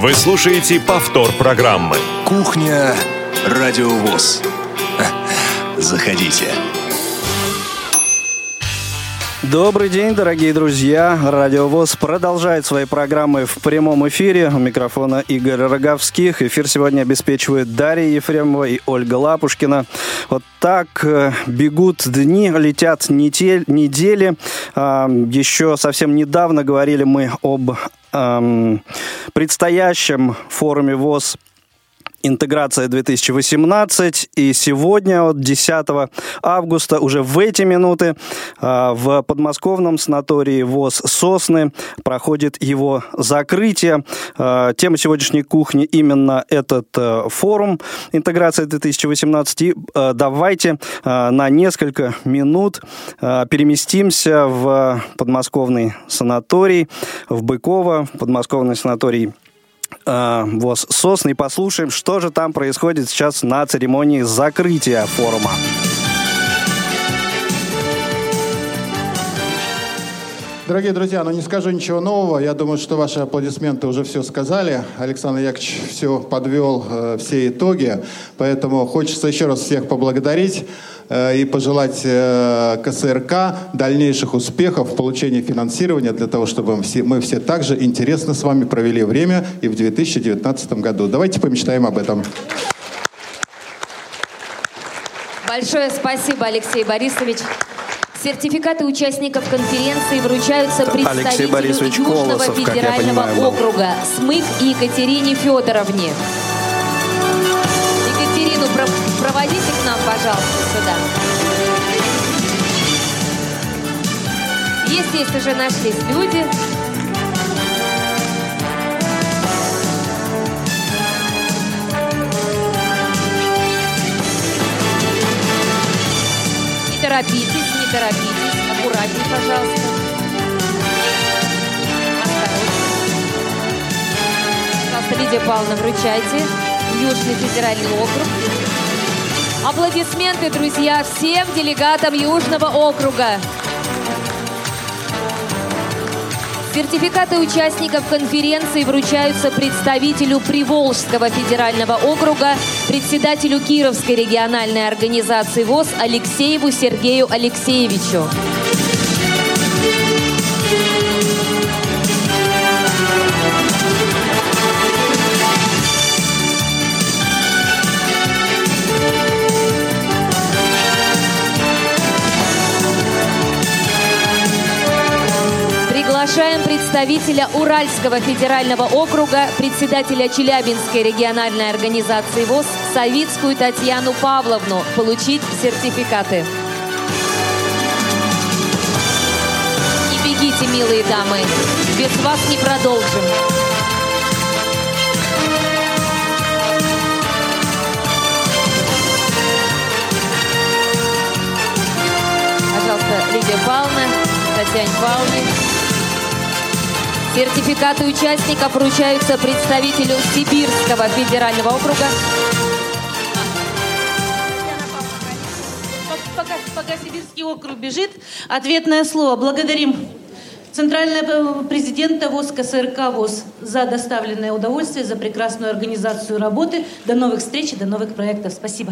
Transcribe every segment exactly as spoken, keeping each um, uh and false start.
Вы слушаете повтор программы. Кухня Радио ВОС. Заходите. Добрый день, дорогие друзья. Радио ВОС продолжает свои программы в прямом эфире. У микрофона Игорь Роговских. Эфир сегодня обеспечивают Дарья Ефремова и Ольга Лапушкина. Вот так бегут дни, летят недели. Еще совсем недавно говорили мы об предстоящем форуме ВОС «Интеграция две тысячи восемнадцать», и сегодня, вот десятого августа, уже в эти минуты в подмосковном санатории ВОС «Сосны» проходит его закрытие. Тема сегодняшней кухни именно этот форум «Интеграция две тысячи восемнадцать». И давайте на несколько минут переместимся в подмосковный санаторий, в Быково, в подмосковный санаторий ВОС «Сосны», и послушаем, что же там происходит сейчас на церемонии закрытия форума. Дорогие друзья, ну не скажу ничего нового. Я думаю, что ваши аплодисменты уже все сказали. Александр Яковлевич все подвел, э, все итоги. Поэтому хочется еще раз всех поблагодарить э, и пожелать э, КСРК дальнейших успехов в получении финансирования для того, чтобы мы все, мы все также интересно с вами провели время и в две тысячи девятнадцатом году. Давайте помечтаем об этом. Большое спасибо, Алексей Борисович. Сертификаты участников конференции вручаются представителю Южного Колосов, федерального округа СМык и Екатерине Федоровне. Екатерину проводите к нам, пожалуйста, сюда. Есть, есть, уже нашлись люди. Не торопитесь. Не торопитесь, аккуратнее, пожалуйста. Осторожно. Пожалуйста, Лидия Павловна, вручайте. Южный федеральный округ. Аплодисменты, друзья, всем делегатам Южного округа. Сертификаты участников конференции вручаются представителю Приволжского федерального округа, председателю Кировской региональной организации ВОС Алексееву Сергею Алексеевичу. Приглашаем представителя Уральского федерального округа, председателя Челябинской региональной организации ВОС Савицкую Татьяну Павловну получить сертификаты. Не бегите, милые дамы, без вас не продолжим. Пожалуйста, Лидия Павловна, Татьяне Павловне. Сертификаты участников вручаются представителю Сибирского федерального округа. Пока, пока Сибирский округ бежит, ответное слово. Благодарим Центрального президента ВОС КСРК ВОС за доставленное удовольствие, за прекрасную организацию работы. До новых встреч и до новых проектов. Спасибо.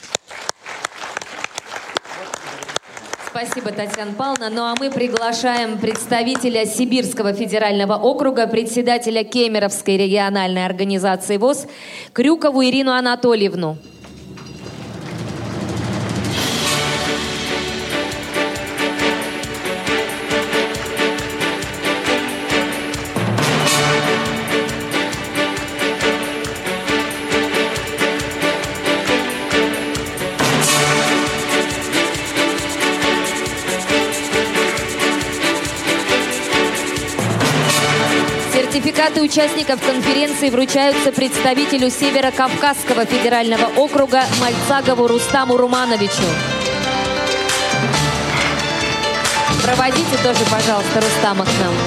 Спасибо, Татьяна Павловна. Ну а мы приглашаем представителя Сибирского федерального округа, председателя Кемеровской региональной организации ВОС Крюкову Ирину Анатольевну. Сертификаты участников конференции вручаются представителю Северо-Кавказского федерального округа Мальцагову Рустаму Румановичу. Проводите тоже, пожалуйста, Рустама к нам.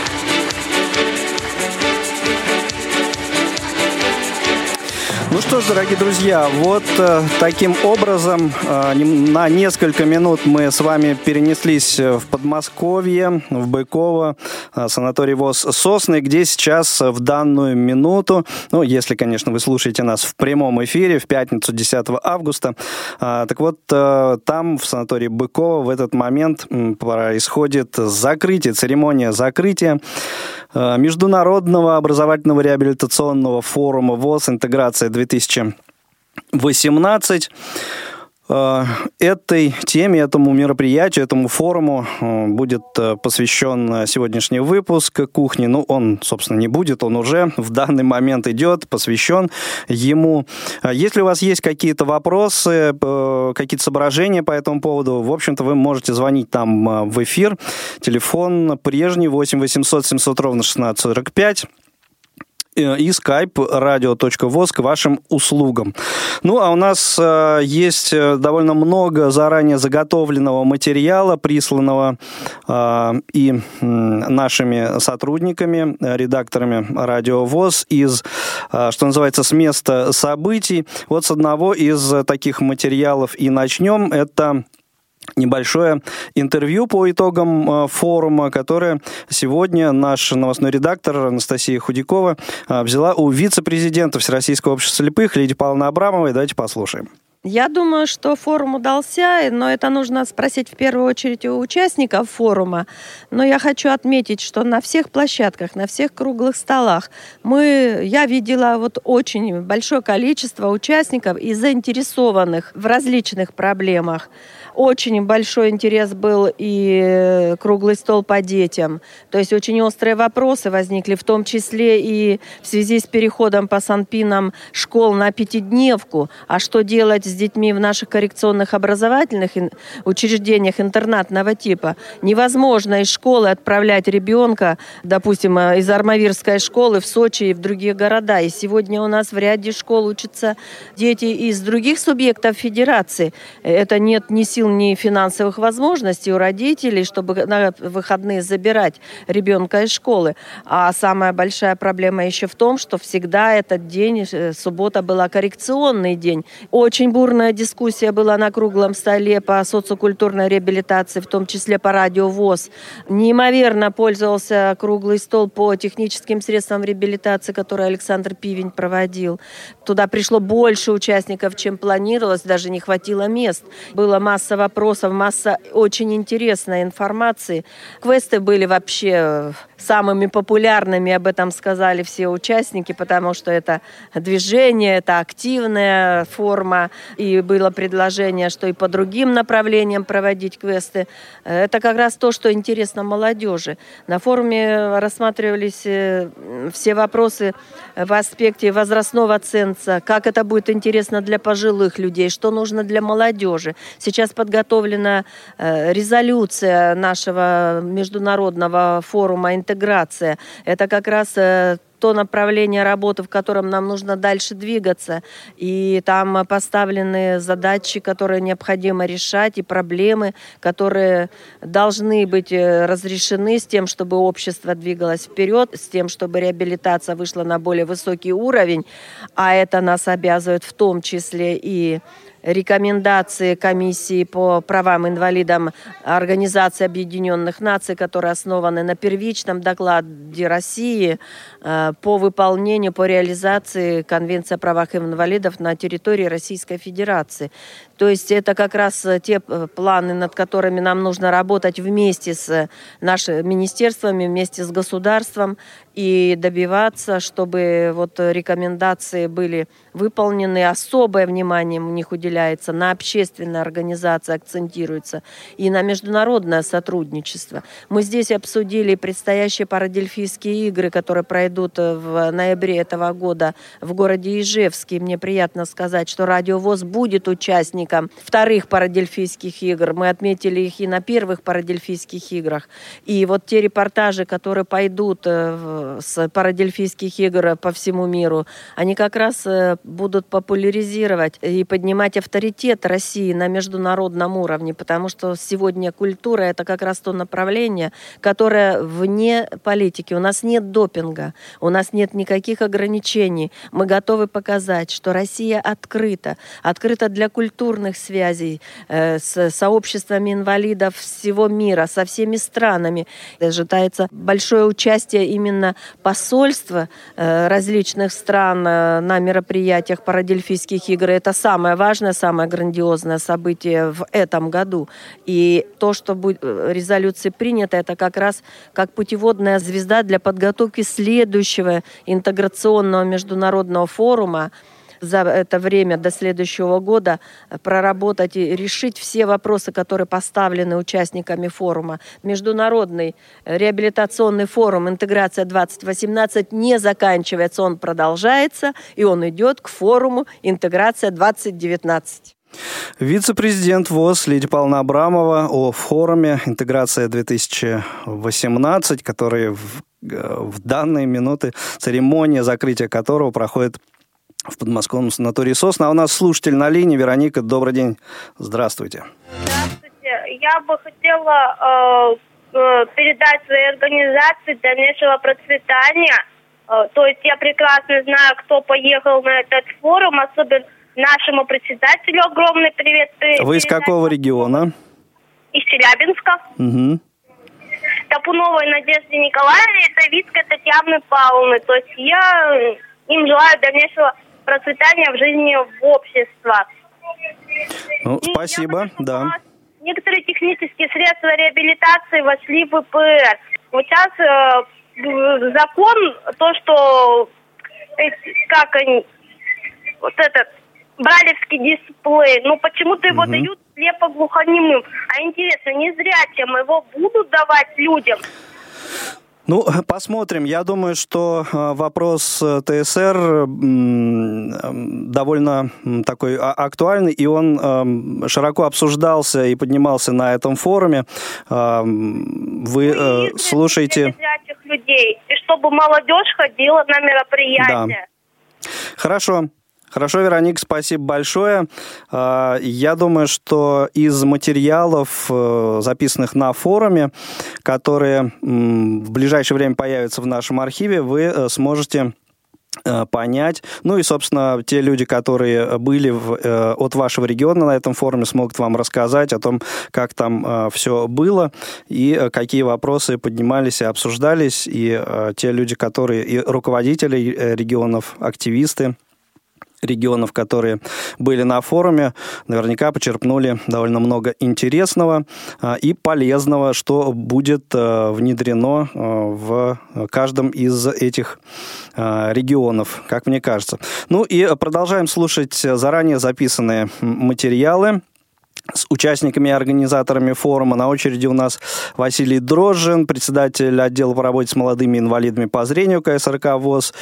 Ну что ж, дорогие друзья, вот э, таким образом э, на несколько минут мы с вами перенеслись в Подмосковье, в Быково, э, санаторий ВОС «Сосны», где сейчас в данную минуту, ну, если, конечно, вы слушаете нас в прямом эфире в пятницу десятого августа, э, так вот, э, там, в санатории Быково, в этот момент э, происходит закрытие, церемония закрытия э, Международного образовательного реабилитационного форума ВОС «Интеграция-две тысячи восемнадцать». Этой теме, этому мероприятию, этому форуму будет посвящен сегодняшний выпуск «Кухни». Ну, он, собственно, не будет, он уже в данный момент идет, посвящен ему. Если у вас есть какие-то вопросы, какие-то соображения по этому поводу, в общем-то, вы можете звонить нам в эфир. Телефон прежний восемь восемьсот семьсот ровно шестнадцать сорок пять. И skype radio точка voz к вашим услугам. Ну, а у нас э, есть довольно много заранее заготовленного материала, присланного э, и э, нашими сотрудниками, редакторами Радио ВОС из, э, что называется, с места событий. Вот с одного из таких материалов и начнем. Это небольшое интервью по итогам форума, которое сегодня наш новостной редактор Анастасия Худякова взяла у вице-президента Всероссийского общества слепых Лидии Павловны Абрамовой. Давайте послушаем. Я думаю, что форум удался, но это нужно спросить в первую очередь у участников форума. Но я хочу отметить, что на всех площадках, на всех круглых столах мы, я видела вот очень большое количество участников и заинтересованных в различных проблемах. Очень большой интерес был и круглый стол по детям. То есть очень острые вопросы возникли, в том числе и в связи с переходом по санпинам школ на пятидневку. А что делать с детьми в наших коррекционных образовательных учреждениях интернатного типа? Невозможно из школы отправлять ребенка, допустим, из Армавирской школы в Сочи и в другие города. И сегодня у нас в ряде школ учатся дети из других субъектов федерации. Это нет ни сил, ни финансовых возможностей у родителей, чтобы на выходные забирать ребенка из школы. А самая большая проблема еще в том, что всегда этот день, суббота, была коррекционный день. Очень бурная дискуссия была на круглом столе по социокультурной реабилитации, в том числе по Радио ВОС. Неимоверно пользовался круглый стол по техническим средствам реабилитации, который Александр Пивень проводил. Туда пришло больше участников, чем планировалось, даже не хватило мест. Было масса вопросов, масса очень интересной информации. Квесты были вообще самыми популярными, об этом сказали все участники, потому что это движение, это активная форма, и было предложение, что и по другим направлениям проводить квесты. Это как раз то, что интересно молодежи. На форуме рассматривались все вопросы в аспекте возрастного ценза, как это будет интересно для пожилых людей, что нужно для молодежи. Сейчас подготовлена резолюция нашего международного форума «Интеграция». Это как раз то направление работы, в котором нам нужно дальше двигаться. И там поставлены задачи, которые необходимо решать, и проблемы, которые должны быть разрешены с тем, чтобы общество двигалось вперед, с тем, чтобы реабилитация вышла на более высокий уровень. А это нас обязывает в том числе и рекомендации комиссии по правам инвалидам Организации Объединенных Наций, которые основаны на первичном докладе России по выполнению, по реализации Конвенции о правах инвалидов на территории Российской Федерации. То есть это как раз те планы, над которыми нам нужно работать вместе с нашими министерствами, вместе с государством и добиваться, чтобы вот рекомендации были выполнены. Особое внимание в них уделяется на общественные организации, акцентируется, и на международное сотрудничество. Мы здесь обсудили предстоящие парадельфийские игры, которые пройдут в ноябре этого года в городе Ижевске. Мне приятно сказать, что Радио ВОС будет участником вторых парадельфийских игр. Мы отметили их и на первых парадельфийских играх. И вот те репортажи, которые пойдут с парадельфийских игр по всему миру, они как раз будут популяризировать и поднимать авторитет России на международном уровне, потому что сегодня культура – это как раз то направление, которое вне политики. У нас нет допинга, у нас нет никаких ограничений. Мы готовы показать, что Россия открыта, открыта для культурных связей э, с сообществами инвалидов всего мира, со всеми странами. Ожидается большое участие именно посольства э, различных стран э, на мероприятиях Парадельфийских игр. Это самое важное, самое грандиозное событие в этом году. И то, что будет резолюция принята, это как раз как путеводная звезда для подготовки следующего интеграционного международного форума. За это время до следующего года проработать и решить все вопросы, которые поставлены участниками форума. Международный реабилитационный форум «Интеграция-двадцать восемнадцать» не заканчивается, он продолжается, и он идет к форуму «Интеграция-двадцать девятнадцать». Вице-президент ВОС Лидия Павловна Абрамова о форуме «Интеграция-две тысячи восемнадцать», который в, в данные минуты, церемония закрытия которого проходит в подмосковном санатории «Сосна». А у нас слушатель на линии. Вероника, добрый день. Здравствуйте. Здравствуйте. Я бы хотела э, э, передать своей организации дальнейшего процветания. Э, то есть я прекрасно знаю, кто поехал на этот форум, особенно нашему председателю огромный привет. Вы из какого региона? Из Челябинска. Угу. Топуновой Надежды Николаевны и Тавицкой Татьяны Павловны. То есть я им желаю дальнейшего процветания в жизни в обществе. Ну, спасибо, да. Некоторые технические средства реабилитации вошли в ВПР. Вот сейчас э, закон, то, что э, как они, вот этот брайлевский дисплей, ну почему-то его угу. дают слепоглухонемым. А интересно, незрячим его будут давать людям? Ну, посмотрим. Я думаю, что вопрос ТСР довольно такой актуальный, и он широко обсуждался и поднимался на этом форуме. Вы ну, слушаете... незрячих людей, и чтобы молодежь ходила на мероприятия. Да. Хорошо. Хорошо, Вероника, спасибо большое. Я думаю, что из материалов, записанных на форуме, которые в ближайшее время появятся в нашем архиве, вы сможете понять. Ну и, собственно, те люди, которые были в, э, от вашего региона на этом форуме, смогут вам рассказать о том, как там э, все было и э, какие вопросы поднимались и обсуждались. И э, те люди, которые и руководители э, регионов, активисты регионов, которые были на форуме, наверняка почерпнули довольно много интересного а, и полезного, что будет а, внедрено а, в каждом из этих а, регионов, как мне кажется. Ну и продолжаем слушать заранее записанные материалы с участниками и организаторами форума. На очереди у нас Василий Дрожжин, председатель отдела по работе с молодыми инвалидами по зрению ка эс эр ка ВОС,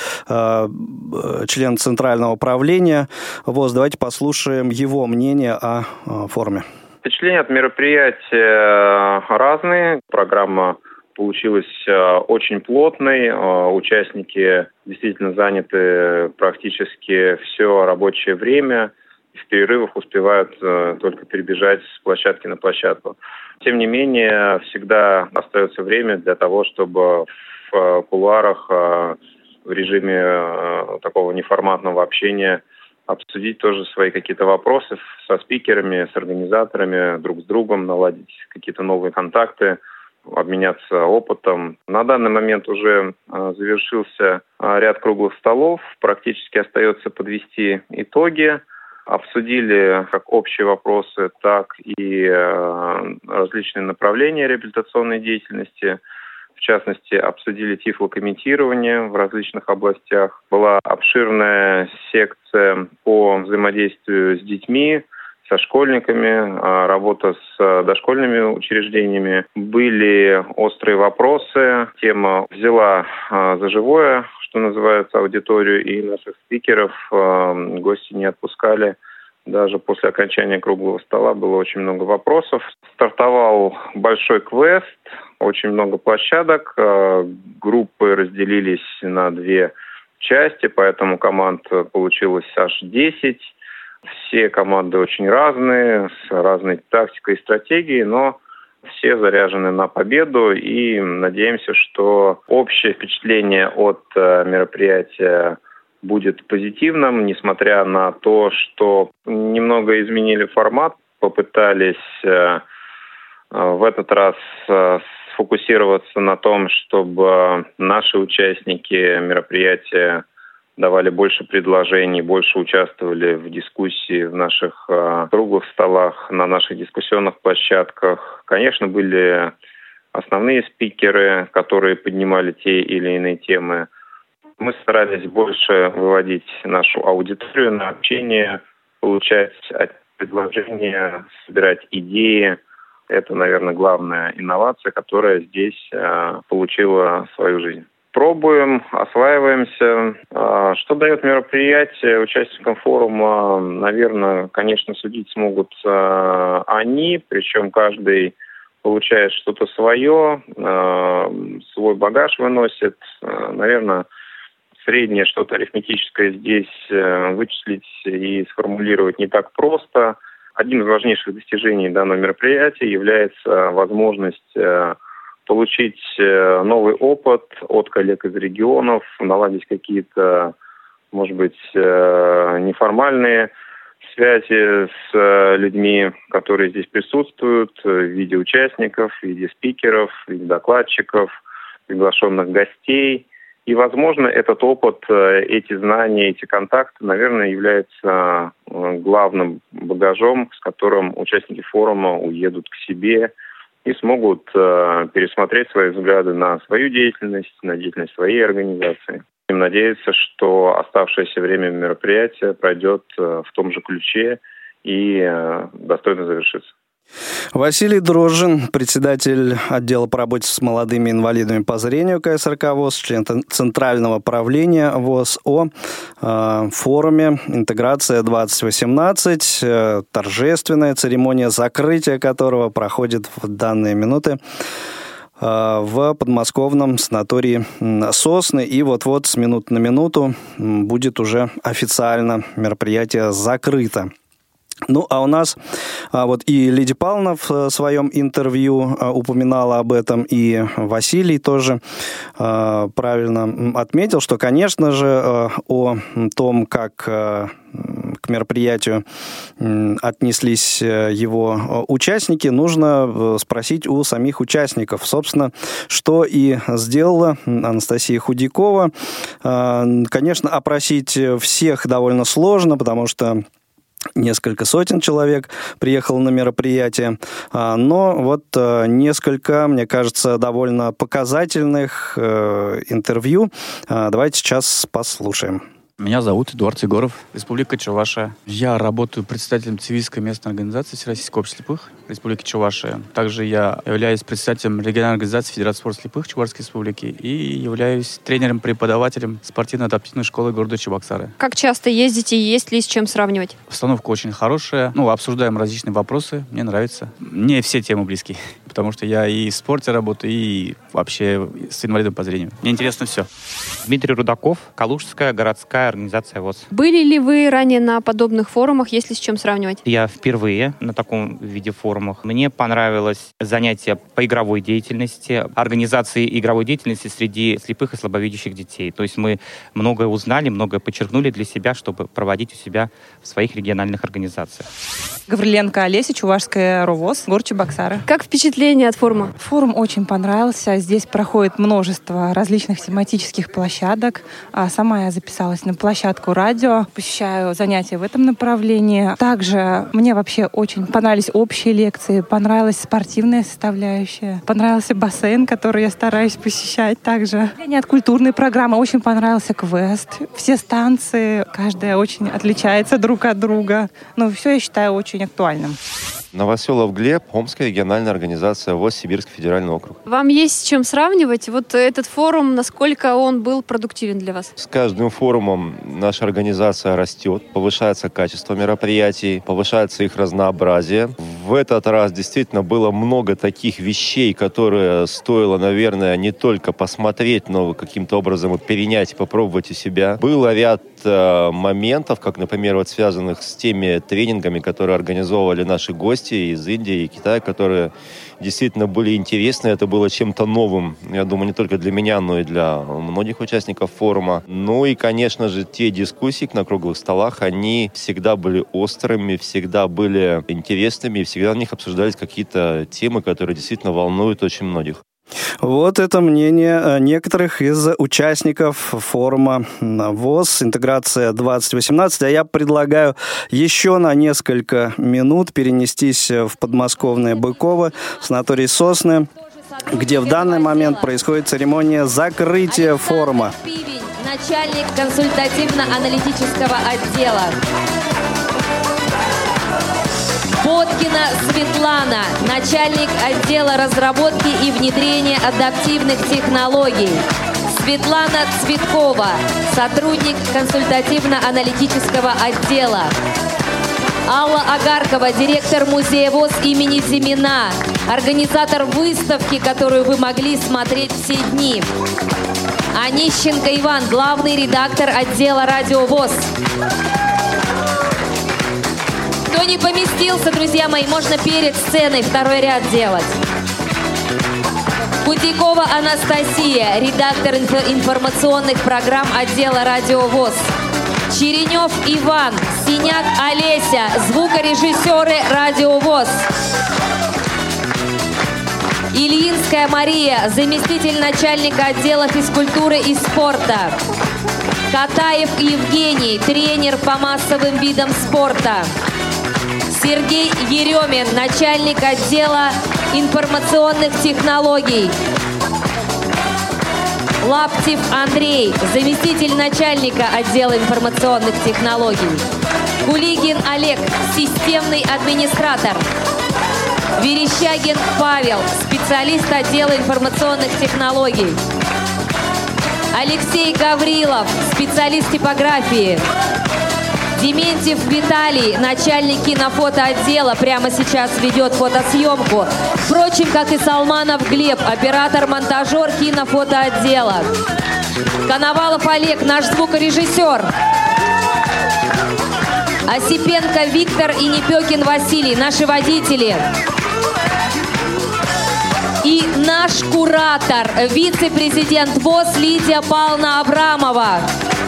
член Центрального управления ВОС. Давайте послушаем его мнение о форуме. Впечатления от мероприятия разные. Программа получилась очень плотной. Участники действительно заняты практически все рабочее время. В перерывах успевают э, только перебежать с площадки на площадку. Тем не менее, всегда остается время для того, чтобы в э, кулуарах э, в режиме э, такого неформатного общения обсудить тоже свои какие-то вопросы со спикерами, с организаторами, друг с другом, наладить какие-то новые контакты, обменяться опытом. На данный момент уже э, завершился э, ряд круглых столов. Практически остается подвести итоги. Обсудили как общие вопросы, так и э, различные направления реабилитационной деятельности. В частности, обсудили тифлокомментирование в различных областях. Была обширная секция по взаимодействию с детьми, со школьниками, работа с дошкольными учреждениями. Были острые вопросы. Тема взяла за живое, что называется, аудиторию, и наших спикеров гости не отпускали. Даже после окончания круглого стола было очень много вопросов. Стартовал большой квест, очень много площадок. Группы разделились на две части, поэтому команд получилось аж десять. Все команды очень разные, с разной тактикой и стратегией, но все заряжены на победу и надеемся, что общее впечатление от мероприятия будет позитивным, несмотря на то, что немного изменили формат, попытались в этот раз сфокусироваться на том, чтобы наши участники мероприятия давали больше предложений, больше участвовали в дискуссии в наших э, круглых столах, на наших дискуссионных площадках. Конечно, были основные спикеры, которые поднимали те или иные темы. Мы старались больше выводить нашу аудиторию на общение, получать предложения, собирать идеи. Это, наверное, главная инновация, которая здесь э, получила свою жизнь. Пробуем, осваиваемся. Что дает мероприятие участникам форума, наверное, конечно, судить смогут они, причем каждый получает что-то свое, свой багаж выносит. Наверное, среднее что-то арифметическое здесь вычислить и сформулировать не так просто. Одним из важнейших достижений данного мероприятия является возможность получить новый опыт от коллег из регионов, наладить какие-то, может быть, неформальные связи с людьми, которые здесь присутствуют, в виде участников, в виде спикеров, в виде докладчиков, приглашенных гостей. И, возможно, этот опыт, эти знания, эти контакты, наверное, являются главным багажом, с которым участники форума уедут к себе и смогут э, пересмотреть свои взгляды на свою деятельность, на деятельность своей организации. И надеяться, что оставшееся время мероприятия пройдет э, в том же ключе и э, достойно завершится. Василий Дрожжин, председатель отдела по работе с молодыми инвалидами по зрению ка эс эр ка ВОС, член Центрального правления ВОС о э, форуме «Интеграция-двадцать восемнадцать», э, торжественная церемония закрытия которого проходит в данные минуты в подмосковном санатории «Сосны». И вот-вот с минуты на минуту будет уже официально мероприятие закрыто. Ну, а у нас а, вот и Лидия Павловна в своем интервью а, упоминала об этом, и Василий тоже а, правильно отметил, что, конечно же, а, о том, как а, к мероприятию отнеслись его участники, нужно спросить у самих участников. Собственно, что и сделала Анастасия Худякова. А, конечно, опросить всех довольно сложно, потому что несколько сотен человек приехало на мероприятие, но вот несколько, мне кажется, довольно показательных интервью. Давайте сейчас послушаем. Меня зовут Эдуард Егоров, Республика Чувашия. Я работаю председателем Цивильской местной организации Всероссийского общества слепых Республики Чувашия. Также я являюсь председателем региональной организации Федерации спорта слепых Чувашской Республики и являюсь тренером-преподавателем спортивно-адаптивной школы города Чебоксары. Как часто ездите и есть ли с чем сравнивать? Обстановка очень хорошая. Ну, обсуждаем различные вопросы. Мне нравится. Мне все темы близки, потому что я и в спорте работаю, и вообще с инвалидом по зрению. Мне интересно все. Дмитрий Рудаков, Калужская городская организация ВОС. Были ли вы ранее на подобных форумах, есть ли с чем сравнивать? Я впервые на таком виде форумах. Мне понравилось занятие по игровой деятельности, организации игровой деятельности среди слепых и слабовидящих детей. То есть мы многое узнали, многое подчеркнули для себя, чтобы проводить у себя в своих региональных организациях. Гавриленко Олеся, Чувашская РОВОЗ, город Чебоксары. Как впечатление от форума? Форум очень понравился. Здесь проходит множество различных тематических площадок. А сама я записалась на площадку радио, посещаю занятия в этом направлении. Также мне вообще очень понравились общие лекции, понравилась спортивная составляющая, понравился бассейн, который я стараюсь посещать также. От культурной программы очень понравился квест. Все станции, каждая очень отличается друг от друга. Но все я считаю очень актуальным. Новоселов Глеб, Омская региональная организация ВОС, Сибирский федеральный округ. Вам есть с чем сравнивать? Вот этот форум, насколько он был продуктивен для вас? С каждым форумом наша организация растет, повышается качество мероприятий, повышается их разнообразие. в этот раз действительно было много таких вещей, которые стоило, наверное, не только посмотреть, но каким-то образом перенять и попробовать у себя. Был ряд э, моментов, как, например, вот связанных с теми тренингами, которые организовывали наши гости из Индии и Китая, которые действительно были интересны. Это было чем-то новым, я думаю, не только для меня, но и для многих участников форума. Ну и, конечно же, те дискуссии на круглых столах, они всегда были острыми, всегда были интересными, и всегда на них обсуждались какие-то темы, которые действительно волнуют очень многих. Вот это мнение некоторых из участников форума ВОС «Интеграция двадцать восемнадцать». А я предлагаю еще на несколько минут перенестись в подмосковное Быково, санаторий «Сосны», где в данный момент происходит церемония закрытия форума. Начальник консультативно-аналитического отдела. Боткина Светлана, начальник отдела разработки и внедрения адаптивных технологий. Светлана Цветкова, сотрудник консультативно-аналитического отдела. Алла Агаркова, директор музея ВОС имени Зимина, организатор выставки, которую вы могли смотреть все дни. Онищенко Иван, главный редактор отдела радио ВОС. Кто не поместился, друзья мои, можно перед сценой второй ряд делать. Кутикова Анастасия, редактор инф- информационных программ отдела радио ВОС. Черенев Иван, Синяк Олеся, звукорежиссеры радио ВОС. Ильинская Мария, заместитель начальника отдела физкультуры и спорта. Катаев Евгений, тренер по массовым видам спорта. Сергей Еремин, начальник отдела информационных технологий. Лаптев Андрей, заместитель начальника отдела информационных технологий. Кулигин Олег, системный администратор. Верещагин Павел, специалист отдела информационных технологий. Алексей Гаврилов, специалист типографии. Дементьев Виталий, начальник кинофотоотдела, прямо сейчас ведет фотосъемку. Впрочем, как и Салманов Глеб, оператор-монтажер кинофотоотдела. Коновалов Олег, наш звукорежиссер. Осипенко Виктор и Непекин Василий, наши водители. И наш куратор, вице-президент ВОС Лидия Павловна Абрамова.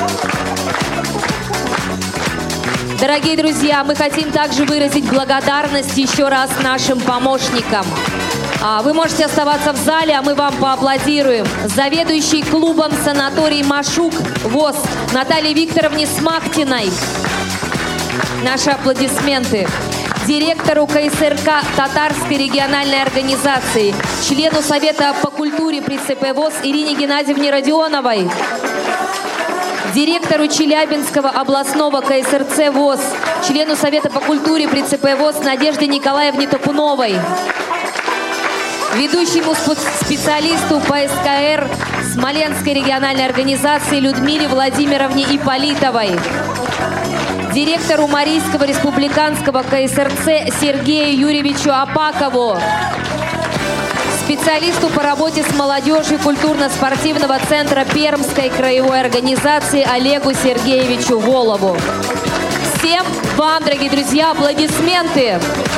Дорогие друзья, мы хотим также выразить благодарность еще раз нашим помощникам. Вы можете оставаться в зале, а мы вам поаплодируем. Заведующий клубом санаторий «Машук» ВОС Наталье Викторовне Смахтиной. Наши аплодисменты. Директору КСРК Татарской региональной организации, члену Совета по культуре при ЦП ВОС Ирине Геннадьевне Родионовой. Директору Челябинского областного КСРЦ ВОС, члену Совета по культуре при ЦП ВОС Надежде Николаевне Топуновой. Ведущему специалисту по СКР Смоленской региональной организации Людмиле Владимировне Ипполитовой. Директору Марийского республиканского КСРЦ Сергею Юрьевичу Апакову. Специалисту по работе с молодежью культурно-спортивного центра Пермской краевой организации Олегу Сергеевичу Волову. Всем вам, дорогие друзья, аплодисменты!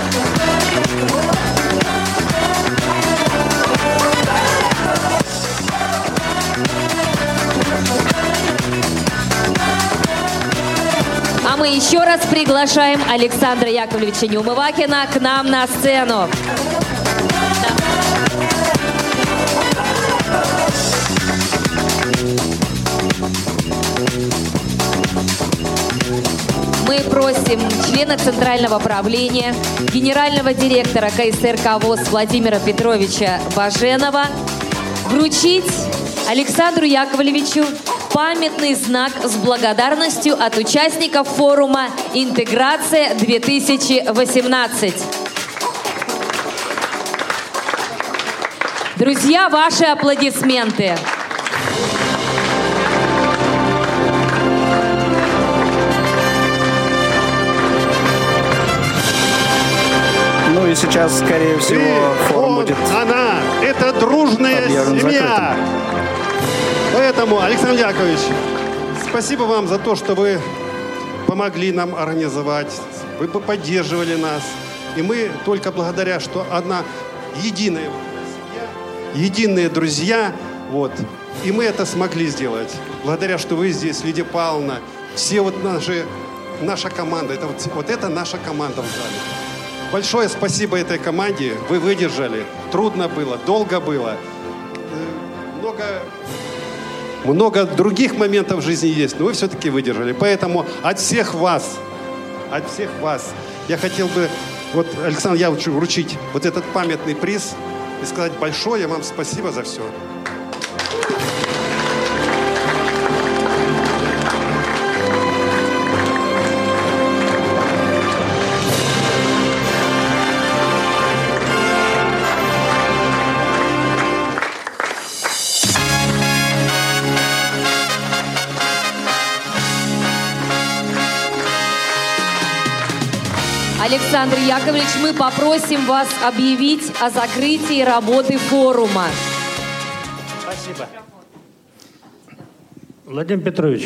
А мы еще раз приглашаем Александра Яковлевича Неумывакина к нам на сцену. Мы просим члена Центрального правления, генерального директора КСРК ВОС Владимира Петровича Баженова вручить Александру Яковлевичу памятный знак с благодарностью от участников форума «Интеграция две тысячи восемнадцать». Друзья, ваши аплодисменты. Ну Ну и сейчас, скорее всего, и форум он, будет... она, это дружная семья. Закрытым. Поэтому, Александр Яковлевич, спасибо вам за то, что вы помогли нам организовать, вы поддерживали нас. И мы только благодаря, что одна единая семья, единые друзья, вот, и мы это смогли сделать. Благодаря, что вы здесь, Лидия Павловна, все вот наши, наша команда, это вот, вот это наша команда в зале. Большое спасибо этой команде, вы выдержали, трудно было, долго было, много... Много других моментов в жизни есть, но вы все-таки выдержали. Поэтому от всех вас, от всех вас, я хотел бы, вот, Александр Яковлевич, вручить вот этот памятный приз и сказать большое вам спасибо за все. Александр Яковлевич, мы попросим вас объявить о закрытии работы форума. Спасибо. Владимир Петрович,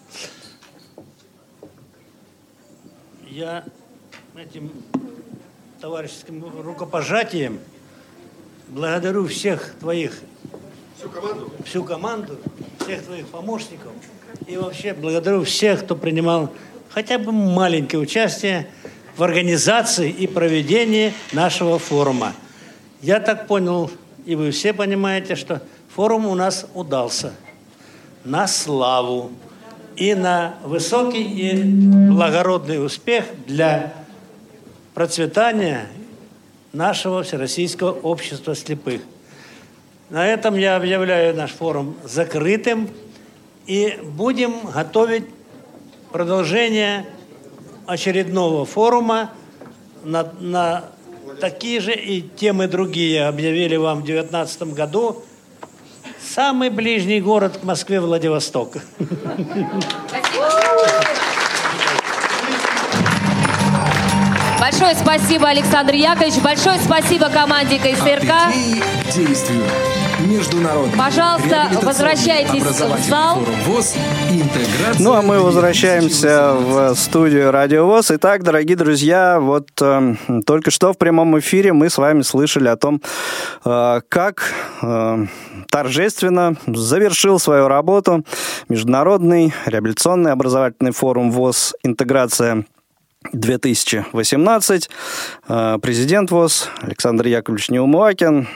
я этим товарищеским рукопожатием благодарю всех твоих, всю команду, всю команду, всех твоих помощников и вообще благодарю всех, кто принимал хотя бы маленькое участие в организации и проведении нашего форума. Я так понял, и вы все понимаете, что форум у нас удался на славу и на высокий и благородный успех для процветания нашего Всероссийского общества слепых. На этом я объявляю наш форум закрытым и будем готовить продолжение очередного форума на, на такие же и темы другие объявили вам в две тысячи девятнадцатом году. Самый ближний город к Москве — Владивосток. Большое спасибо, Александр Яковлевич. Большое спасибо команде ка эс эр ка. К действию. Международный. Пожалуйста, возвращайтесь в зал. ВОС, ну а мы возвращаемся в студию Радио ВОС. Итак, дорогие друзья, вот э, только что в прямом эфире мы с вами слышали о том, э, как э, торжественно завершил свою работу Международный реабилитационный образовательный форум ВОС «Интеграция две тысячи восемнадцать». Э, президент ВОС Александр Яковлевич Неумывакин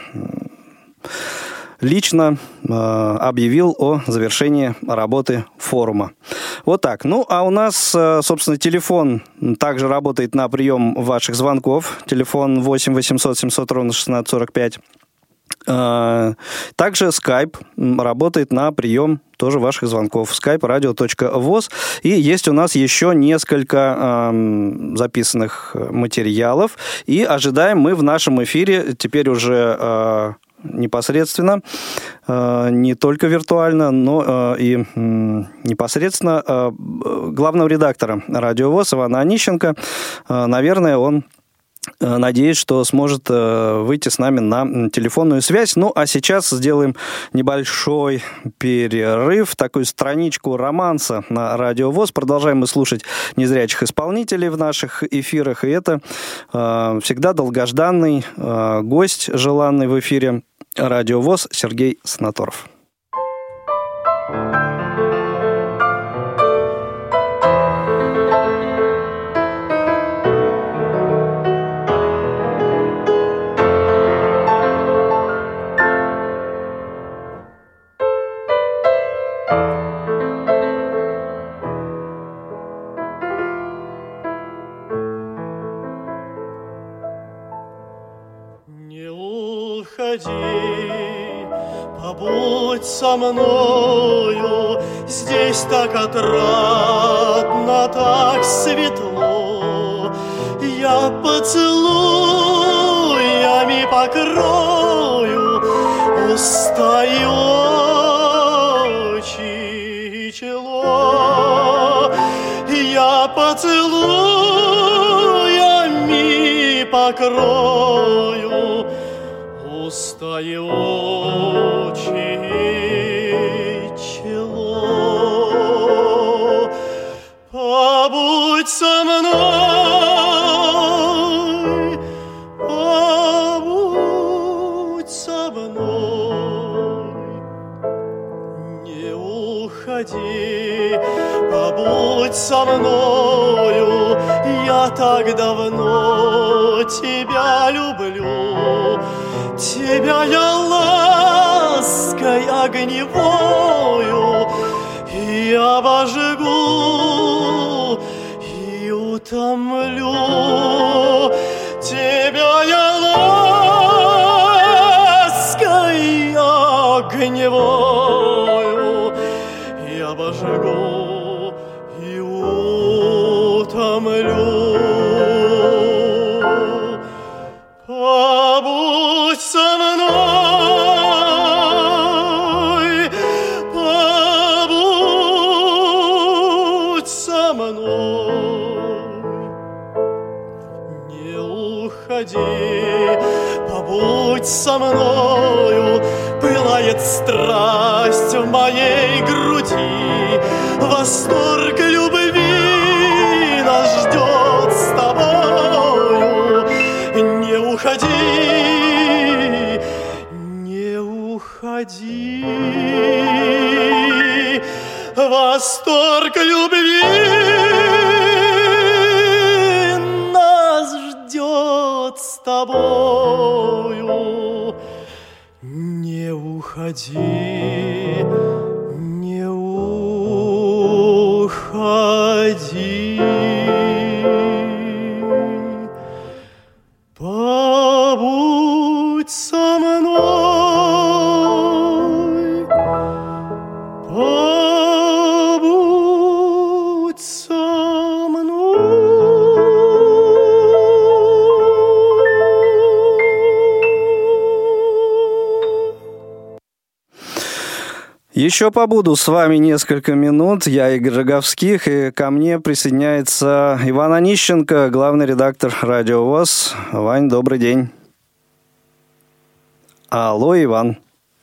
лично э, объявил о завершении работы форума. Вот так. Ну, а у нас, э, собственно, телефон также работает на прием ваших звонков. Телефон восемь восемьсот семьсот ровно шестнадцать сорок пять. Э, также Skype работает на прием тоже ваших звонков. skype radio точка voz. И есть у нас еще несколько э, записанных материалов. И ожидаем мы в нашем эфире теперь уже... Э, непосредственно, э, не только виртуально, но э, и э, непосредственно э, главного редактора Радио ВОС Ивана Онищенко. Э, наверное, он, э, надеюсь, что сможет э, выйти с нами на телефонную связь. Ну, а сейчас сделаем небольшой перерыв, такую страничку романса на Радио ВОС. Продолжаем мы слушать незрячих исполнителей в наших эфирах, и это э, всегда долгожданный э, гость, желанный в эфире Радио ВОС Сергей Санаторов. Побудь со мною, здесь так отрадно, так светло. Я поцелуями покрою устающее чело. Я поцелуями покрою уста и очи и чело. Побудь со мной, побудь со мной, не уходи, побудь со мною, я так давно тебя люблю, тебя я лаской огневою и обожгу, и утомлю, тебя я лаской огневою и обожгу, и утомлю. Побудь со мной, побудь со мной, не уходи, побудь со мною, пылает страсть в моей груди, восторг любви нас ждет с тобою. Не уходи, не уходи, восторг любви нас ждет с тобою. Не уходи, не уходи. Побудь со мной, побудь со мной. Еще побуду с вами несколько минут. Я Игорь Роговских, и ко мне присоединяется Иван Онищенко, главный редактор Радио ВОС. Вань, добрый день. Алло, Иван.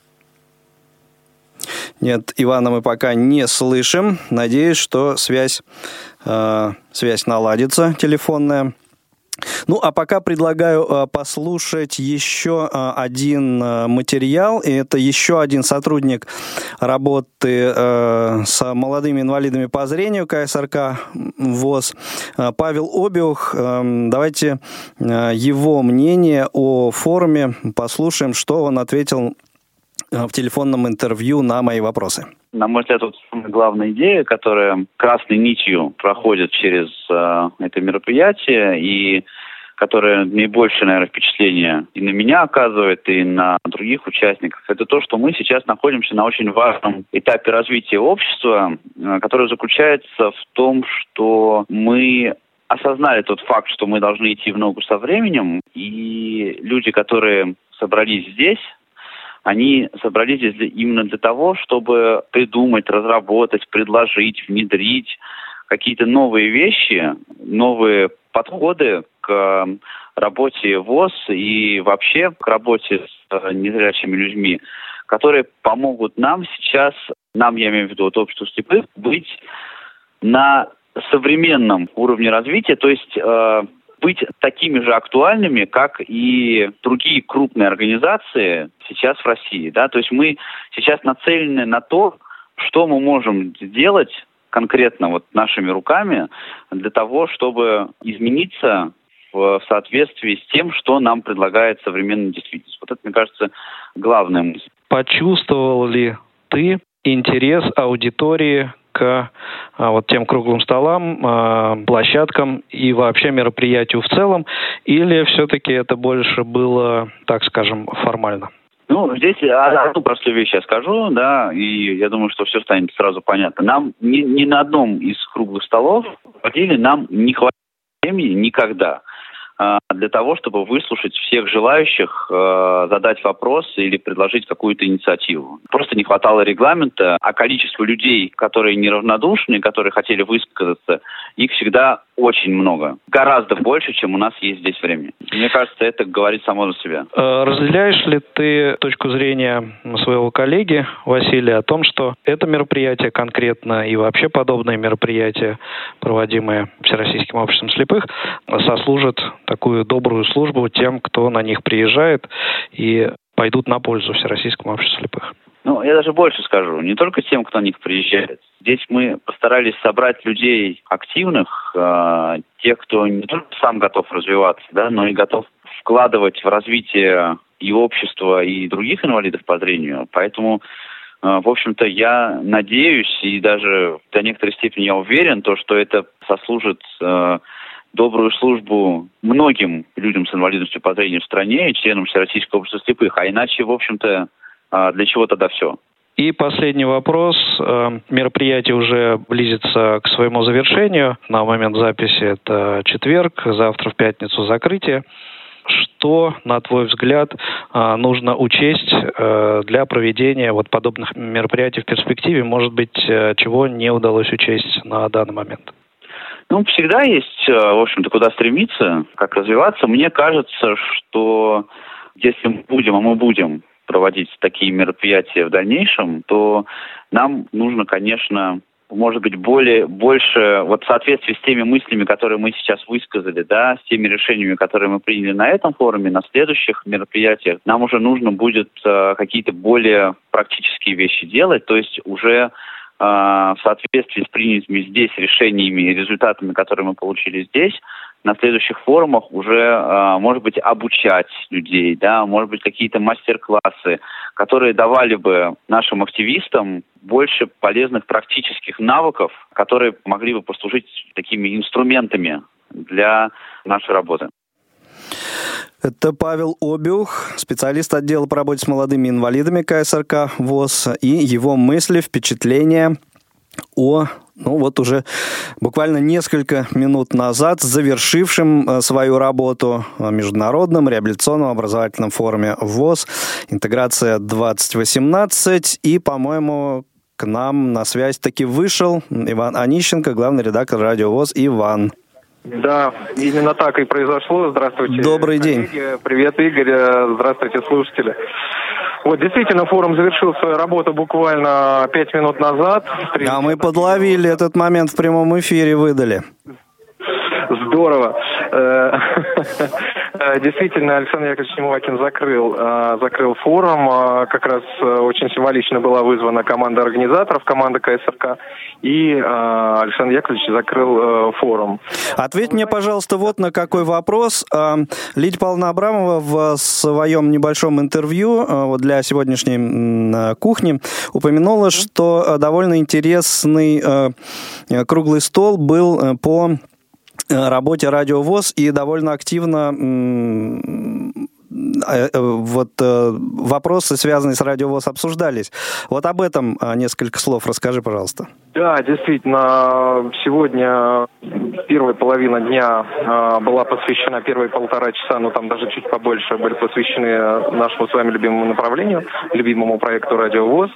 Нет, Ивана мы пока не слышим. Надеюсь, что связь, э, связь наладится, телефонная. Ну, а пока предлагаю э, послушать еще э, один э, материал. И это еще один сотрудник работы э, с молодыми инвалидами по зрению ка эс эр ка ВОС э, Павел Обиух. Э, давайте э, его мнение о форуме послушаем, что он ответил э, в телефонном интервью на мои вопросы. На мой взгляд, вот самая главная идея, которая красной нитью проходит через э, это мероприятие и которая наибольшее, наверное, впечатление и на меня оказывает, и на других участников, это то, что мы сейчас находимся на очень важном этапе развития общества, э, который заключается в том, что мы осознали тот факт, что мы должны идти в ногу со временем, и люди, которые собрались здесь, они собрались здесь именно для того, чтобы придумать, разработать, предложить, внедрить какие-то новые вещи, новые подходы к работе ВОС и вообще к работе с незрячими людьми, которые помогут нам сейчас, нам, я имею в виду, вот обществу слепых, быть на современном уровне развития, то есть э, быть такими же актуальными, как и другие крупные организации сейчас в России. Да? То есть мы сейчас нацелены на то, что мы можем сделать конкретно вот нашими руками для того, чтобы измениться в соответствии с тем, что нам предлагает современная действительность. Вот это, мне кажется, главная мысль. Почувствовал ли ты интерес аудитории к а, вот тем круглым столам, а, площадкам и вообще мероприятию в целом, или все-таки это больше было, так скажем, формально? Ну, здесь одну простую вещь я скажу, да, и я думаю, что все станет сразу понятно. Нам ни, ни на одном из круглых столов нам не хватит времени никогда для того, чтобы выслушать всех желающих, задать вопрос или предложить какую-то инициативу. Просто не хватало регламента, а количество людей, которые неравнодушны, которые хотели высказаться, их всегда очень много. Гораздо больше, чем у нас есть здесь времени. Мне кажется, это говорит само за себя. Разделяешь ли ты точку зрения своего коллеги Василия о том, что это мероприятие конкретно и вообще подобные мероприятия, проводимые Всероссийским обществом слепых, сослужат такую добрую службу тем, кто на них приезжает, и пойдут на пользу Всероссийскому обществу слепых? Ну, я даже больше скажу, не только тем, кто на них приезжает. Здесь мы постарались собрать людей активных, э, тех, кто не только сам готов развиваться, да, но и готов вкладывать в развитие и общества, и других инвалидов по зрению. Поэтому, э, в общем-то, я надеюсь, и даже до некоторой степени я уверен, то, что это сослужит э, добрую службу многим людям с инвалидностью по зрению в стране и членам Всероссийского общества слепых. А иначе, в общем-то, для чего тогда все? И последний вопрос. Мероприятие уже близится к своему завершению. На момент записи это четверг, завтра в пятницу закрытие. Что, на твой взгляд, нужно учесть для проведения вот подобных мероприятий в перспективе? Может быть, чего не удалось учесть на данный момент? Ну, всегда есть, в общем-то, куда стремиться, как развиваться. Мне кажется, что если мы будем, а мы будем проводить такие мероприятия в дальнейшем, то нам нужно, конечно, может быть, более, больше, вот в соответствии с теми мыслями, которые мы сейчас высказали, да, с теми решениями, которые мы приняли на этом форуме, на следующих мероприятиях, нам уже нужно будет э, какие-то более практические вещи делать, то есть уже в соответствии с принятыми здесь решениями и результатами, которые мы получили здесь, на следующих форумах уже, может быть, обучать людей, да, может быть, какие-то мастер-классы, которые давали бы нашим активистам больше полезных практических навыков, которые могли бы послужить такими инструментами для нашей работы. Это Павел Обиух, специалист отдела по работе с молодыми инвалидами ка эс эр ка ВОС, и его мысли, впечатления о, ну вот уже буквально несколько минут назад завершившем свою работу в Международном реабилитационном образовательном форуме ВОС «Интеграция двадцать восемнадцать». И, по-моему, к нам на связь таки вышел Иван Онищенко, главный редактор радио ВОС. Иван. Да, именно так и произошло. Здравствуйте. Добрый коллеги. день. Привет, Игорь. Здравствуйте, слушатели. Вот, действительно, форум завершил свою работу буквально пять минут назад. А мы подловили этот момент в прямом эфире, выдали. Здорово. Действительно, Александр Яковлевич Немывакин закрыл, закрыл форум. Как раз очень символично была вызвана команда организаторов, команда ка эс эр ка, и Александр Яковлевич закрыл форум. Ответь мне, пожалуйста, вот на какой вопрос. Лидия Павловна Абрамова в своем небольшом интервью для сегодняшней кухни упомянула, что довольно интересный круглый стол был по работе Радио ВОС, и довольно активно вот вопросы, связанные с Радио ВОС, обсуждались. Вот об этом несколько слов расскажи, пожалуйста. Да, действительно, сегодня первая половина дня была посвящена, первые полтора часа, ну там даже чуть побольше, были посвящены нашему с вами любимому направлению, любимому проекту Радио ВОС.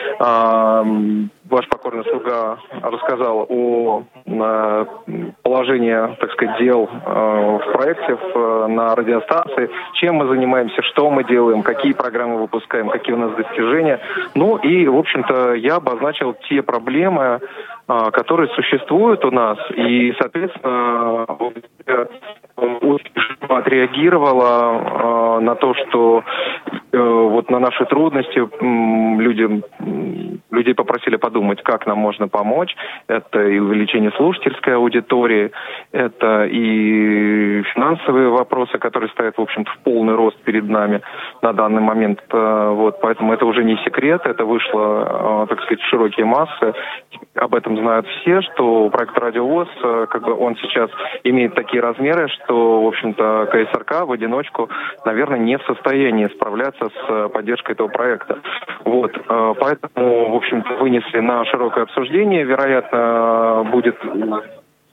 Ваш покорный слуга рассказал о положении, так сказать, дел в проекте, на радиостанции, чем мы занимаемся, что мы делаем, какие программы выпускаем, какие у нас достижения. Ну и, в общем-то, я обозначил те проблемы, которые существуют у нас, и, соответственно, очень отреагировала на то, что вот на наши трудности люди, людей попросили подумать, как нам можно помочь. Это и увеличение слушательской аудитории, это и финансовые вопросы, которые стоят, в общем-то, в полный рост перед нами на данный момент. Вот, поэтому это уже не секрет, это вышло, так сказать, в широкие массы. Об этом знают все, что проект Радио ВОС, как бы он сейчас имеет такие размеры, что, в общем-то, ка эс эр ка в одиночку, наверное, не в состоянии справляться с поддержкой этого проекта. Вот, поэтому, в общем-то, вынесли на широкое обсуждение. Вероятно, будет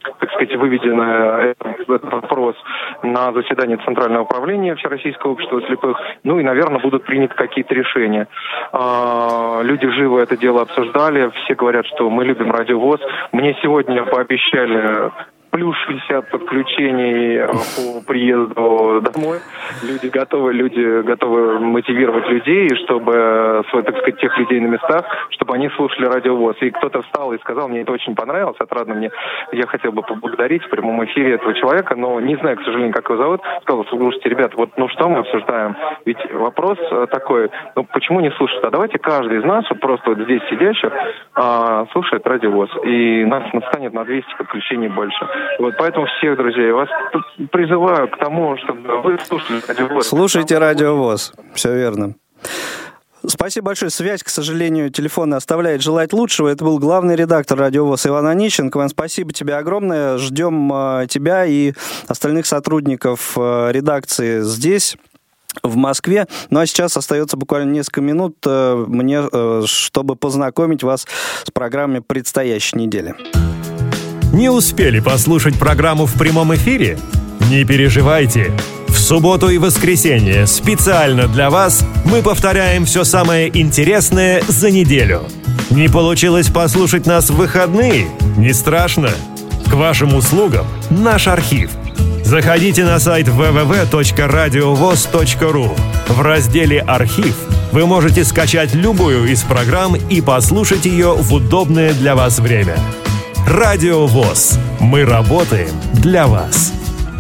так сказать, выведено этот вопрос на заседании Центрального управления Всероссийского общества слепых. Ну и, наверное, будут приняты какие-то решения. Люди живо это дело обсуждали. Все говорят, что мы любим Радио ВОС. Мне сегодня пообещали плюс шестьдесят подключений по приезду домой. Люди готовы, люди готовы мотивировать людей, чтобы, так сказать, тех людей на местах, чтобы они слушали Радио ВОС. И кто-то встал и сказал, мне это очень понравилось, отрадно мне. Я хотел бы поблагодарить в прямом эфире этого человека, но не знаю, к сожалению, как его зовут. Сказал, слушайте, ребят, вот ну что мы обсуждаем? Ведь вопрос такой, ну почему не слушать? А давайте каждый из нас, вот просто вот здесь сидящих, а, слушает Радио ВОС. И нас станет на двести подключений больше. Вот поэтому всех, друзья, я вас призываю к тому, чтобы вы слушали Радио ВОС. Слушайте Радио ВОС. Все верно. Спасибо большое. Связь, к сожалению, телефонная оставляет желать лучшего. Это был главный редактор Радио ВОС Иван Онищенко. Иван, спасибо тебе огромное. Ждем э, тебя и остальных сотрудников э, редакции здесь, в Москве. Ну а сейчас остается буквально несколько минут э, мне, э, чтобы познакомить вас с программой предстоящей недели. Не успели послушать программу в прямом эфире? Не переживайте. В субботу и воскресенье специально для вас мы повторяем все самое интересное за неделю. Не получилось послушать нас в выходные? Не страшно. К вашим услугам наш архив. Заходите на сайт дабл ю дабл ю дабл ю точка радиовос точка ру. В разделе «Архив» вы можете скачать любую из программ и послушать ее в удобное для вас время. Радио ВОС. Мы работаем для вас.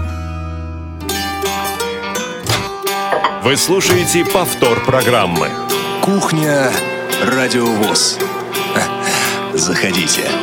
Вы слушаете повтор программы. Кухня Радио ВОС. Заходите.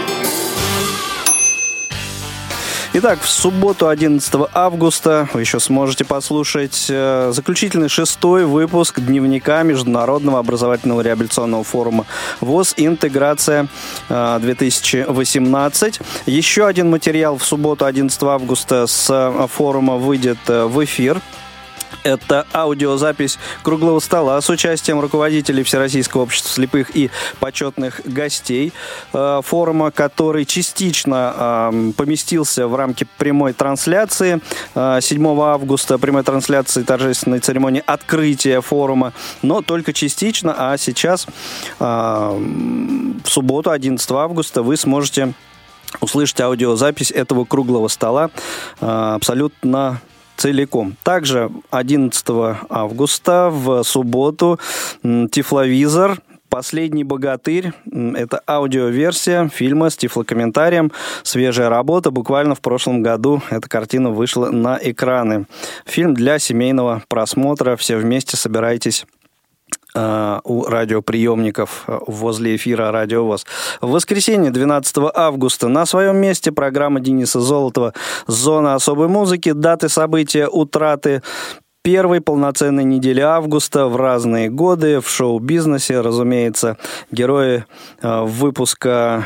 Итак, в субботу, одиннадцатого августа, вы еще сможете послушать э, заключительный шестой выпуск дневника Международного образовательного реабилитационного форума ВОС «Интеграция э, две тысячи восемнадцать». Еще один материал в субботу, одиннадцатого августа, с э, форума выйдет э, в эфир. Это аудиозапись круглого стола с участием руководителей Всероссийского общества слепых и почетных гостей э, форума, который частично э, поместился в рамки прямой трансляции э, седьмого августа, прямой трансляции торжественной церемонии открытия форума, но только частично, а сейчас э, в субботу, одиннадцатого августа, вы сможете услышать аудиозапись этого круглого стола э, абсолютно целиком. Также одиннадцатого августа в субботу Тифловизор «Последний богатырь». Это аудиоверсия фильма с тифлокомментарием. Свежая работа. Буквально в прошлом году эта картина вышла на экраны. Фильм для семейного просмотра. Все вместе собирайтесь у радиоприемников возле эфира Радио ВОС. В воскресенье, двенадцатого августа, на своем месте программа Дениса Золотова «Зона особой музыки». Даты события утраты первой полноценной недели августа в разные годы в шоу-бизнесе. Разумеется, герои э, выпуска...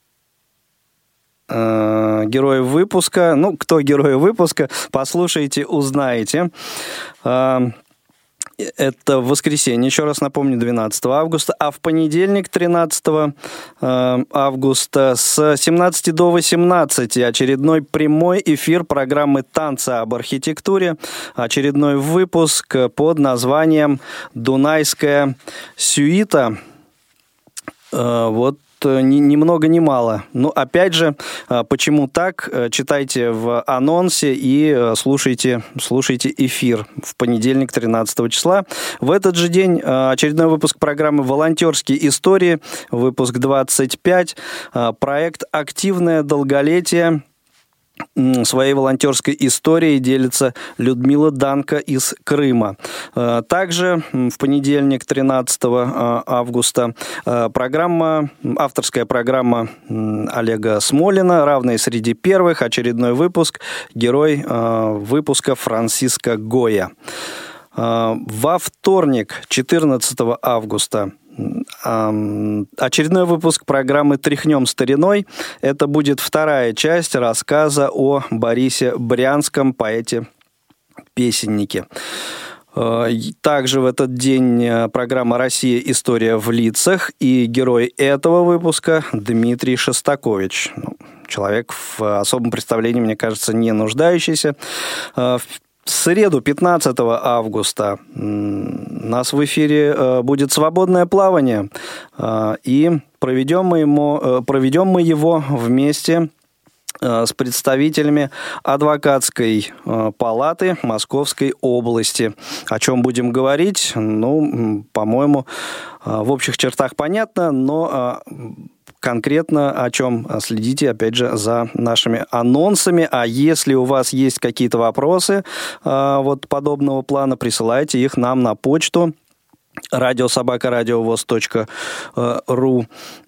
Э, герои выпуска... Ну, кто герои выпуска, послушайте, узнаете. Э, Это в воскресенье, еще раз напомню, двенадцатого августа, а в понедельник, тринадцатого августа, с семнадцати до восемнадцати очередной прямой эфир программы «Танцы об архитектуре», очередной выпуск под названием «Дунайская сюита». Вот. Ни, ни много ни мало. Но опять же, почему так? Читайте в анонсе и слушайте, слушайте эфир в понедельник, тринадцатого числа. В этот же день очередной выпуск программы «Волонтерские истории», выпуск двадцать пять, проект «Активное долголетие». Своей волонтерской историей делится Людмила Данко из Крыма. Также в понедельник, тринадцатого августа, программа, авторская программа Олега Смолина «Равные среди первых», очередной выпуск, герой выпуска Франциско Гойя. Во вторник, четырнадцатого августа, очередной выпуск программы «Тряхнем стариной». Это будет вторая часть рассказа о Борисе Брянском, поэте-песеннике. Также в этот день программа «Россия. История в лицах». И герой этого выпуска Дмитрий Шостакович. Человек в особом представлении, мне кажется, не нуждающийся. В среду, пятнадцатого августа, у нас в эфире будет свободное плавание. И проведем мы, ему, проведем мы его вместе с представителями адвокатской палаты Московской области. О чем будем говорить? Ну, по-моему, в общих чертах понятно, но конкретно о чем следите, опять же, за нашими анонсами. А если у вас есть какие-то вопросы вот подобного плана, присылайте их нам на почту радиособака радиовоз точка ру,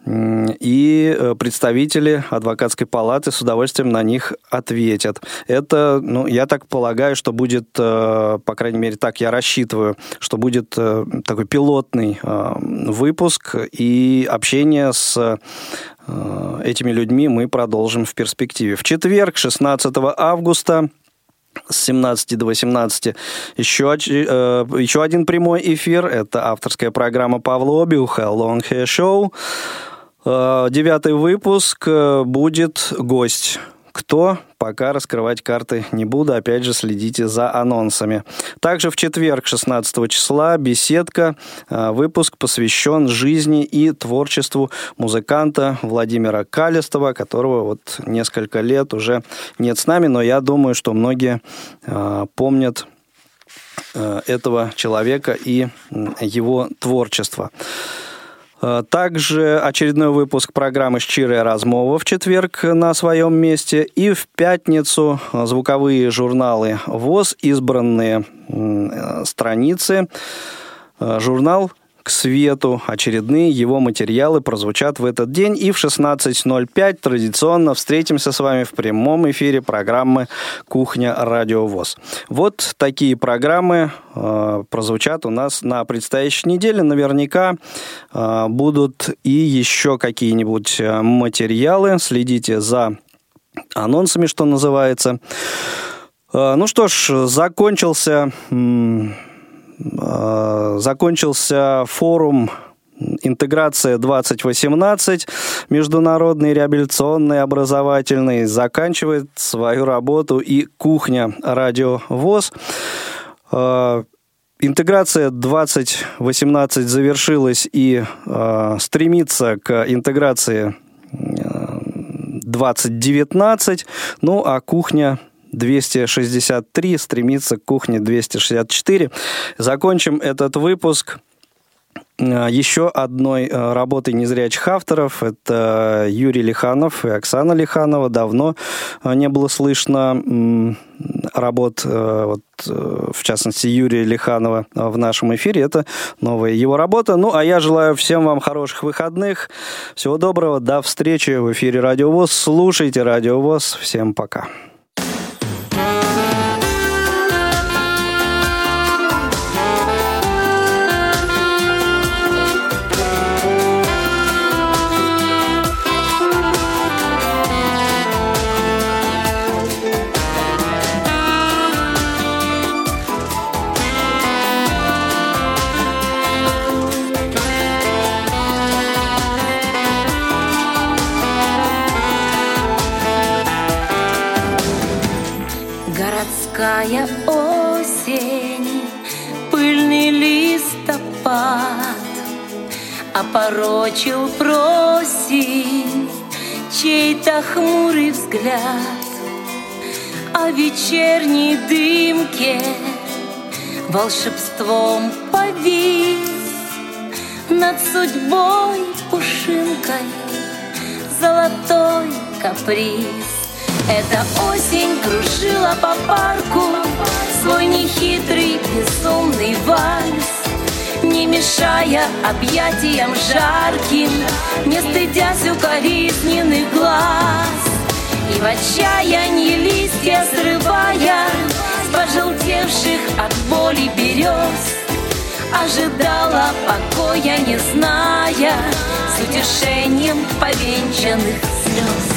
и представители адвокатской палаты с удовольствием на них ответят. Это, ну, я так полагаю, что будет, по крайней мере, так я рассчитываю, что будет такой пилотный выпуск, и общение с этими людьми мы продолжим в перспективе. В четверг, шестнадцатого августа, с семнадцати до восемнадцати еще, э, еще один прямой эфир. Это авторская программа Павла Обиуха «Long Hair Show». Э, девятый выпуск, э, будет гость. Кто? Пока раскрывать карты не буду. Опять же, следите за анонсами. Также в четверг, шестнадцатого числа, беседка. Выпуск посвящен жизни и творчеству музыканта Владимира Калистова, которого вот несколько лет уже нет с нами, но я думаю, что многие э, помнят э, этого человека и его творчество. Также очередной выпуск программы «Щирая размова» в четверг на своем месте. И в пятницу звуковые журналы ВОС, избранные страницы. Журнал «К свету». Очередные его материалы прозвучат в этот день. И в шестнадцать ноль пять традиционно встретимся с вами в прямом эфире программы «Кухня. Радио ВОС». Вот такие программы э, прозвучат у нас на предстоящей неделе. Наверняка э, будут и еще какие-нибудь материалы. Следите за анонсами, что называется. Э, ну что ж, закончился... М- Закончился форум «Интеграция двадцать восемнадцать», международный реабилитационный образовательный. Заканчивает свою работу и «Кухня. Радио ВОС». Интеграция двадцать восемнадцать завершилась, и стремится к интеграции двадцать девятнадцать. Ну, а «Кухня двести шестьдесят три стремится к «Кухне двести шестьдесят четыре». Закончим этот выпуск еще одной работой незрячих авторов. Это Юрий Лиханов и Оксана Лиханова. Давно не было слышно работ, вот, в частности, Юрия Лиханова в нашем эфире. Это новая его работа. Ну, а я желаю всем вам хороших выходных. Всего доброго. До встречи в эфире Радио ВОС. Слушайте Радио ВОС. Всем пока. Городская осень, пыльный листопад опорочил просень чей-то хмурый взгляд. О вечерней дымке волшебством повис над судьбой пушинкой золотой каприз. Эта осень кружила по парку свой нехитрый безумный вальс, не мешая объятиям жарким, не стыдясь укоризненных глаз. И в отчаянии листья срывая с пожелтевших от боли берез, ожидала покоя, не зная, с утешением повенчанных слез.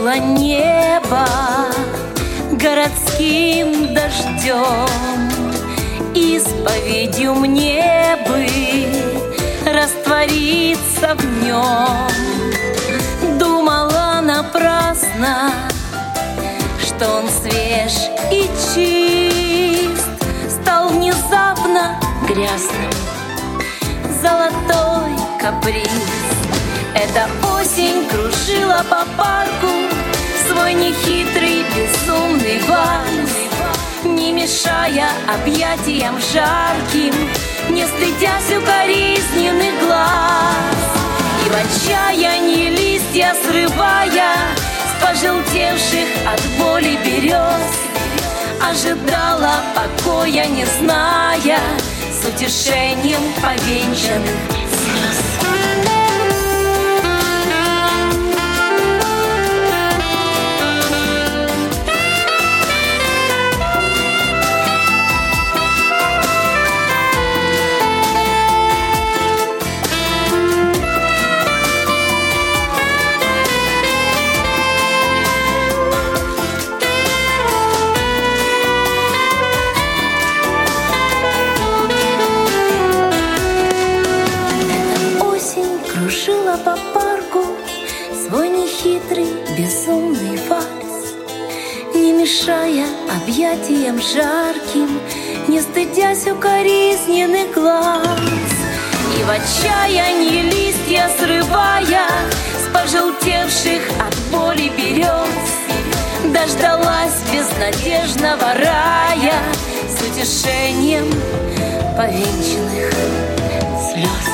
Окропило небо городским дождем. Исповедью мне бы раствориться в нем. Думала напрасно, что он свеж и чист, стал внезапно грязным золотой каприз. Эта осень кружила по парку свой нехитрый безумный вальс, не мешая объятиям жарким, не стыдясь укоризненных глаз. И в отчаянии листья срывая с пожелтевших от боли берез, ожидала покоя, не зная, с утешением повенчанных слез. По парку свой нехитрый безумный вальс, не мешая объятиям жарким, не стыдясь укоризненных глаз. И в отчаянии листья срывая с пожелтевших от боли берез, дождалась безнадежного рая с утешением повенчанных слез.